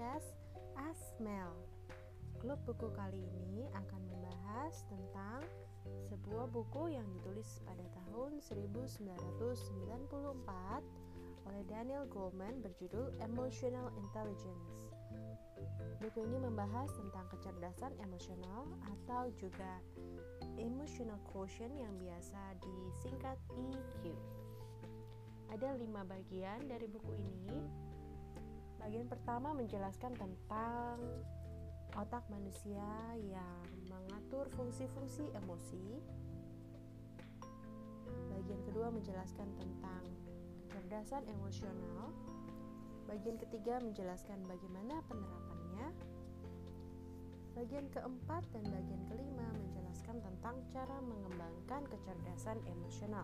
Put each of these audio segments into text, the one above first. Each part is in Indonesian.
podcast Asmel. Klub buku kali ini akan membahas tentang sebuah buku yang ditulis pada tahun 1994 oleh Daniel Goleman berjudul Emotional Intelligence. Buku ini membahas tentang kecerdasan emosional atau juga Emotional Quotient yang biasa disingkat EQ. Ada 5 bagian dari buku ini. Bagian pertama menjelaskan tentang otak manusia yang mengatur fungsi-fungsi emosi. Bagian kedua menjelaskan tentang kecerdasan emosional. Bagian ketiga menjelaskan bagaimana penerapannya. Bagian keempat dan bagian kelima menjelaskan tentang cara mengembangkan kecerdasan emosional.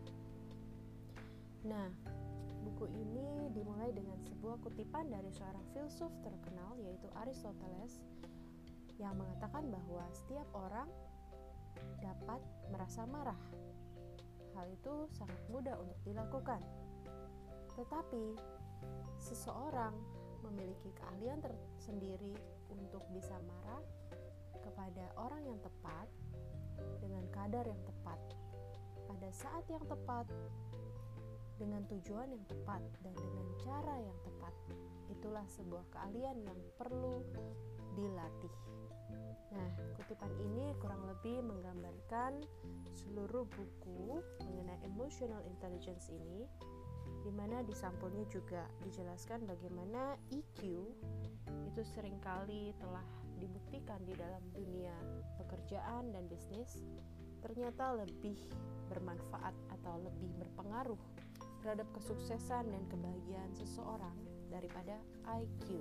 Nah, buku ini dimulai dengan sebuah kutipan dari seorang filsuf terkenal yaitu Aristoteles yang mengatakan bahwa setiap orang dapat merasa marah. Hal itu sangat mudah untuk dilakukan. Tetapi seseorang memiliki keahlian tersendiri untuk bisa marah kepada orang yang tepat dengan kadar yang tepat pada saat yang tepat, dengan tujuan yang tepat dan dengan cara yang tepat. Itulah sebuah keahlian yang perlu dilatih. Nah, kutipan ini kurang lebih menggambarkan seluruh buku mengenai emotional intelligence ini, di mana di sampulnya juga dijelaskan bagaimana EQ itu seringkali telah dibuktikan di dalam dunia pekerjaan dan bisnis ternyata lebih bermanfaat atau lebih berpengaruh terhadap kesuksesan dan kebahagiaan seseorang daripada IQ.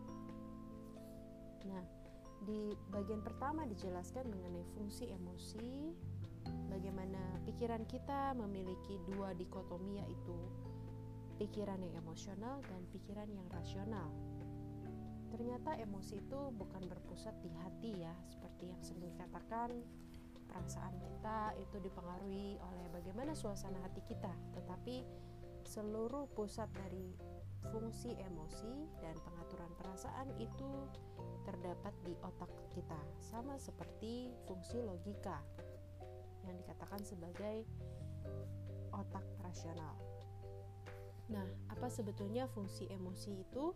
Nah, di bagian pertama dijelaskan mengenai fungsi emosi, bagaimana pikiran kita memiliki dua dikotomi, yaitu pikiran yang emosional dan pikiran yang rasional. Ternyata emosi itu bukan berpusat di hati ya, seperti yang sering dikatakan. Perasaan kita itu dipengaruhi oleh bagaimana suasana hati kita, tetapi seluruh pusat dari fungsi emosi dan pengaturan perasaan itu terdapat di otak kita, sama seperti fungsi logika yang dikatakan sebagai otak rasional. Nah, apa sebetulnya fungsi emosi itu?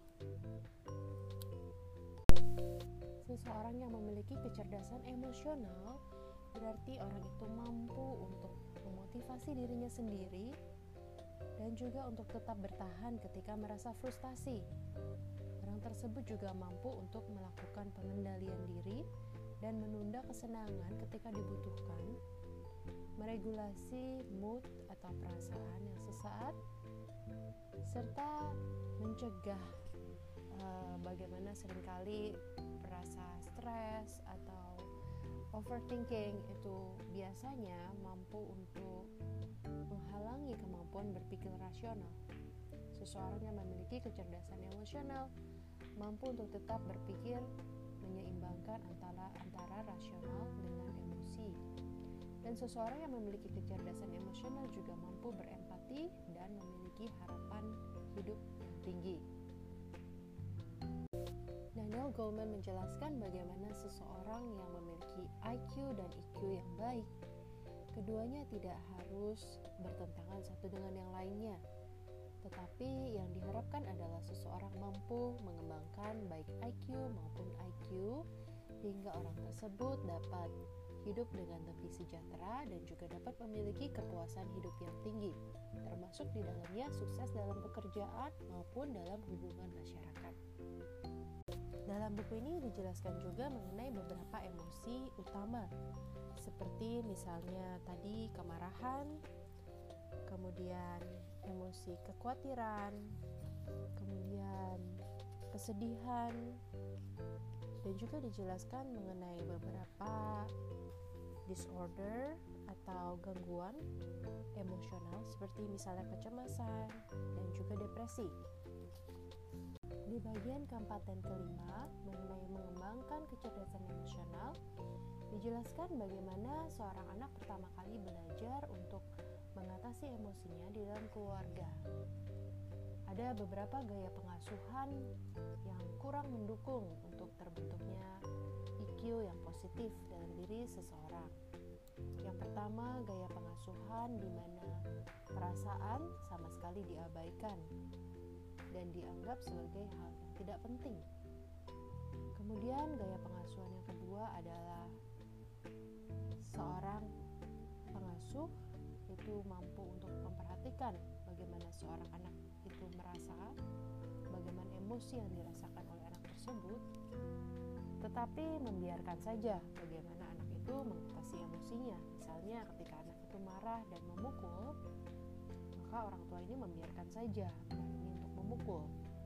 Seseorang yang memiliki kecerdasan emosional berarti orang itu mampu untuk memotivasi dirinya sendiri dan juga untuk tetap bertahan ketika merasa frustasi. Orang tersebut juga mampu untuk melakukan pengendalian diri dan menunda kesenangan ketika dibutuhkan, meregulasi mood atau perasaan yang sesaat, serta mencegah bagaimana seringkali rasa stres atau overthinking itu biasanya mampu untuk menghalangi kemampuan berpikir rasional. Seseorang yang memiliki kecerdasan emosional mampu untuk tetap berpikir menyeimbangkan antara rasional dengan emosi. Dan seseorang yang memiliki kecerdasan emosional juga mampu berempati dan memiliki harapan hidup yang tinggi. Daniel Goleman menjelaskan bagaimana seseorang yang memiliki IQ dan EQ yang baik, keduanya tidak harus bertentangan satu dengan yang lainnya, tetapi yang diharapkan adalah seseorang mampu mengembangkan baik IQ maupun IQ hingga orang tersebut dapat hidup dengan lebih sejahtera dan juga dapat memiliki kepuasan hidup yang tinggi, termasuk di dalamnya sukses dalam pekerjaan maupun dalam hubungan masyarakat. Dalam buku ini dijelaskan juga mengenai beberapa emosi utama, seperti misalnya tadi kemarahan, kemudian emosi kekhawatiran, kemudian kesedihan, dan juga dijelaskan mengenai beberapa disorder atau gangguan emosional seperti misalnya kecemasan dan juga depresi. Di bagian keempat dan kelima mengenai mengembangkan kecerdasan emosional, dijelaskan bagaimana seorang anak pertama kali belajar untuk mengatasi emosinya di dalam keluarga. Ada beberapa gaya pengasuhan yang kurang mendukung untuk terbentuknya IQ yang positif dalam diri seseorang. Yang pertama, gaya pengasuhan di mana perasaan sama sekali diabaikan dan dianggap sebagai hal yang tidak penting. Kemudian gaya pengasuhan yang kedua adalah seorang pengasuh itu mampu untuk memperhatikan bagaimana seorang anak itu merasa, bagaimana emosi yang dirasakan oleh anak tersebut, tetapi membiarkan saja bagaimana anak itu mengatasi emosinya. Misalnya ketika anak itu marah dan memukul, maka orang tua ini membiarkan saja anak ini untuk memukul.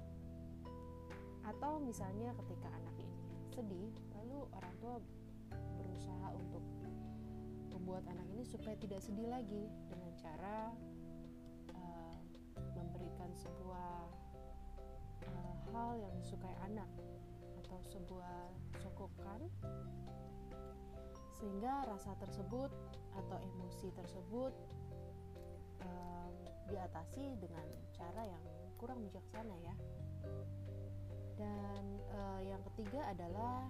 Atau misalnya ketika anak ini sedih, lalu orang tua berusaha untuk membuat anak ini supaya tidak sedih lagi dengan cara memberikan sebuah hal yang disukai anak atau sebuah sokokan, sehingga rasa tersebut atau emosi tersebut diatasi dengan cara yang kurang bijaksana ya. Dan yang ketiga adalah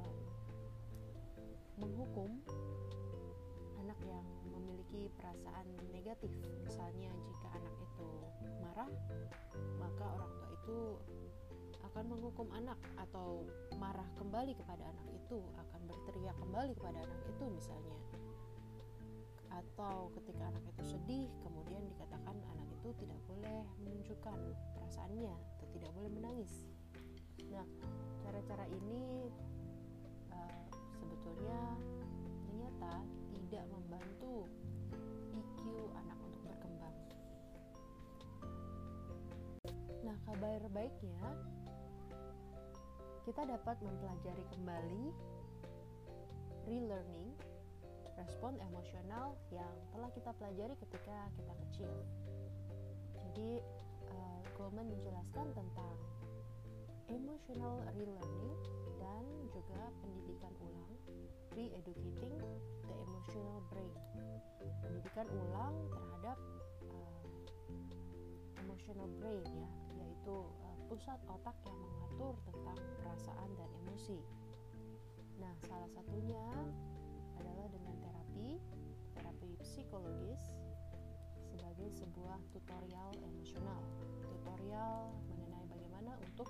menghukum anak yang memiliki perasaan negatif. Misalnya jika anak itu marah, maka orang tua itu akan menghukum anak atau marah kembali kepada anak itu, akan berteriak kembali kepada anak itu misalnya. Atau ketika anak itu sedih, kemudian dikatakan anak itu tidak boleh menunjukkan perasaannya atau tidak boleh menangis. Nah, cara-cara ini sebetulnya ternyata tidak membantu IQ anak untuk berkembang. Nah, kabar baiknya kita dapat mempelajari kembali relearning respon emosional yang telah kita pelajari ketika kita kecil. Jadi Goleman menjelaskan tentang emotional relearning dan juga pendidikan ulang, re-educating the emotional brain. Pendidikan ulang terhadap emotional brain ya, yaitu pusat otak yang mengatur tentang perasaan dan emosi. Nah, salah satunya adalah dengan terapi psikologis sebagai sebuah tutorial emosional, tutorial mengenai bagaimana untuk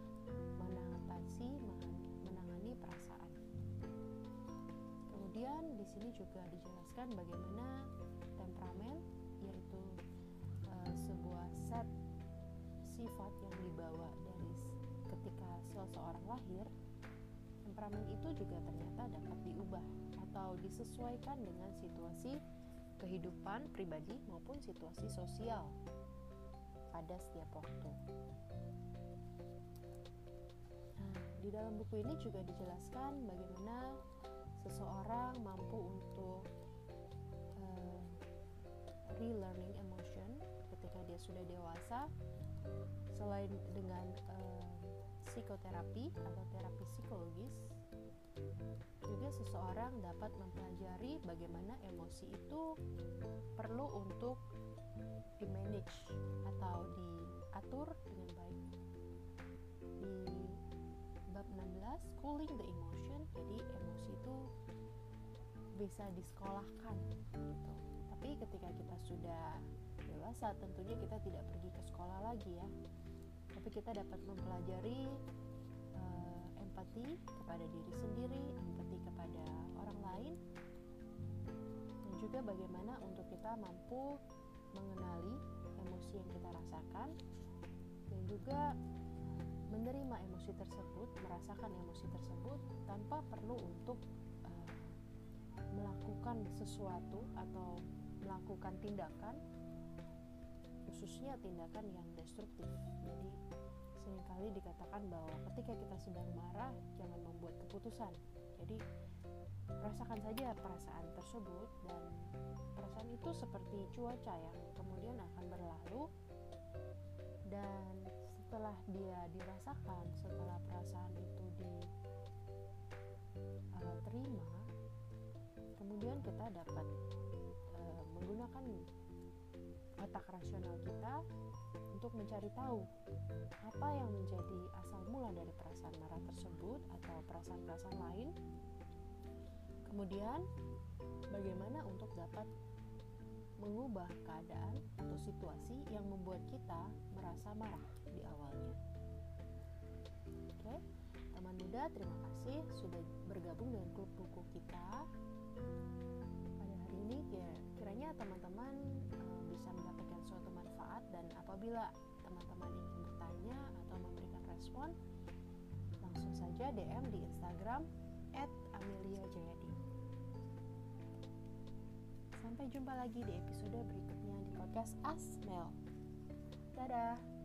menangani perasaan. Kemudian di sini juga dijelaskan bagaimana temperamen, yaitu sebuah set sifat yang dibawa dari ketika seseorang lahir. Temperamen itu juga ternyata dapat diubah atau disesuaikan dengan situasi kehidupan pribadi maupun situasi sosial pada setiap waktu. Nah, di dalam buku ini juga dijelaskan bagaimana seseorang mampu untuk relearning emotion ketika dia sudah dewasa, selain dengan psikoterapi atau terapi psikologis, juga seseorang dapat mempelajari bagaimana emosi itu perlu untuk di-manage atau diatur dengan baik. Di bab 16, Schooling the Emotion, jadi emosi itu bisa disekolahkan gitu. Tapi ketika kita sudah dewasa, tentunya kita tidak pergi ke sekolah lagi ya. Tapi kita dapat mempelajari empati kepada diri sendiri, empati kepada orang lain, dan juga bagaimana untuk kita mampu mengenali emosi yang kita rasakan dan juga menerima emosi tersebut, merasakan emosi tersebut tanpa perlu untuk melakukan sesuatu atau melakukan tindakan, khususnya tindakan yang destruktif. Jadi seringkali dikatakan bahwa ketika kita sedang marah, jangan membuat keputusan. Jadi rasakan saja perasaan tersebut, dan perasaan itu seperti cuaca yang kemudian akan berlalu, dan setelah dia dirasakan, setelah perasaan itu diterima, kemudian kita dapat menggunakan otak rasional kita untuk mencari tahu apa yang menjadi asal mula dari perasaan tersebut atau perasaan-perasaan lain. Kemudian, bagaimana untuk dapat mengubah keadaan atau situasi yang membuat kita merasa marah di awalnya. Oke, teman muda, terima kasih sudah bergabung dengan klub buku kita. Pada hari ini kiranya teman-teman bisa mendapatkan suatu manfaat, dan apabila teman-teman ingin bertanya atau memberikan respon, langsung saja DM di Instagram @ameliajayadi. Sampai jumpa lagi di episode berikutnya di podcast Asmel. Dadah.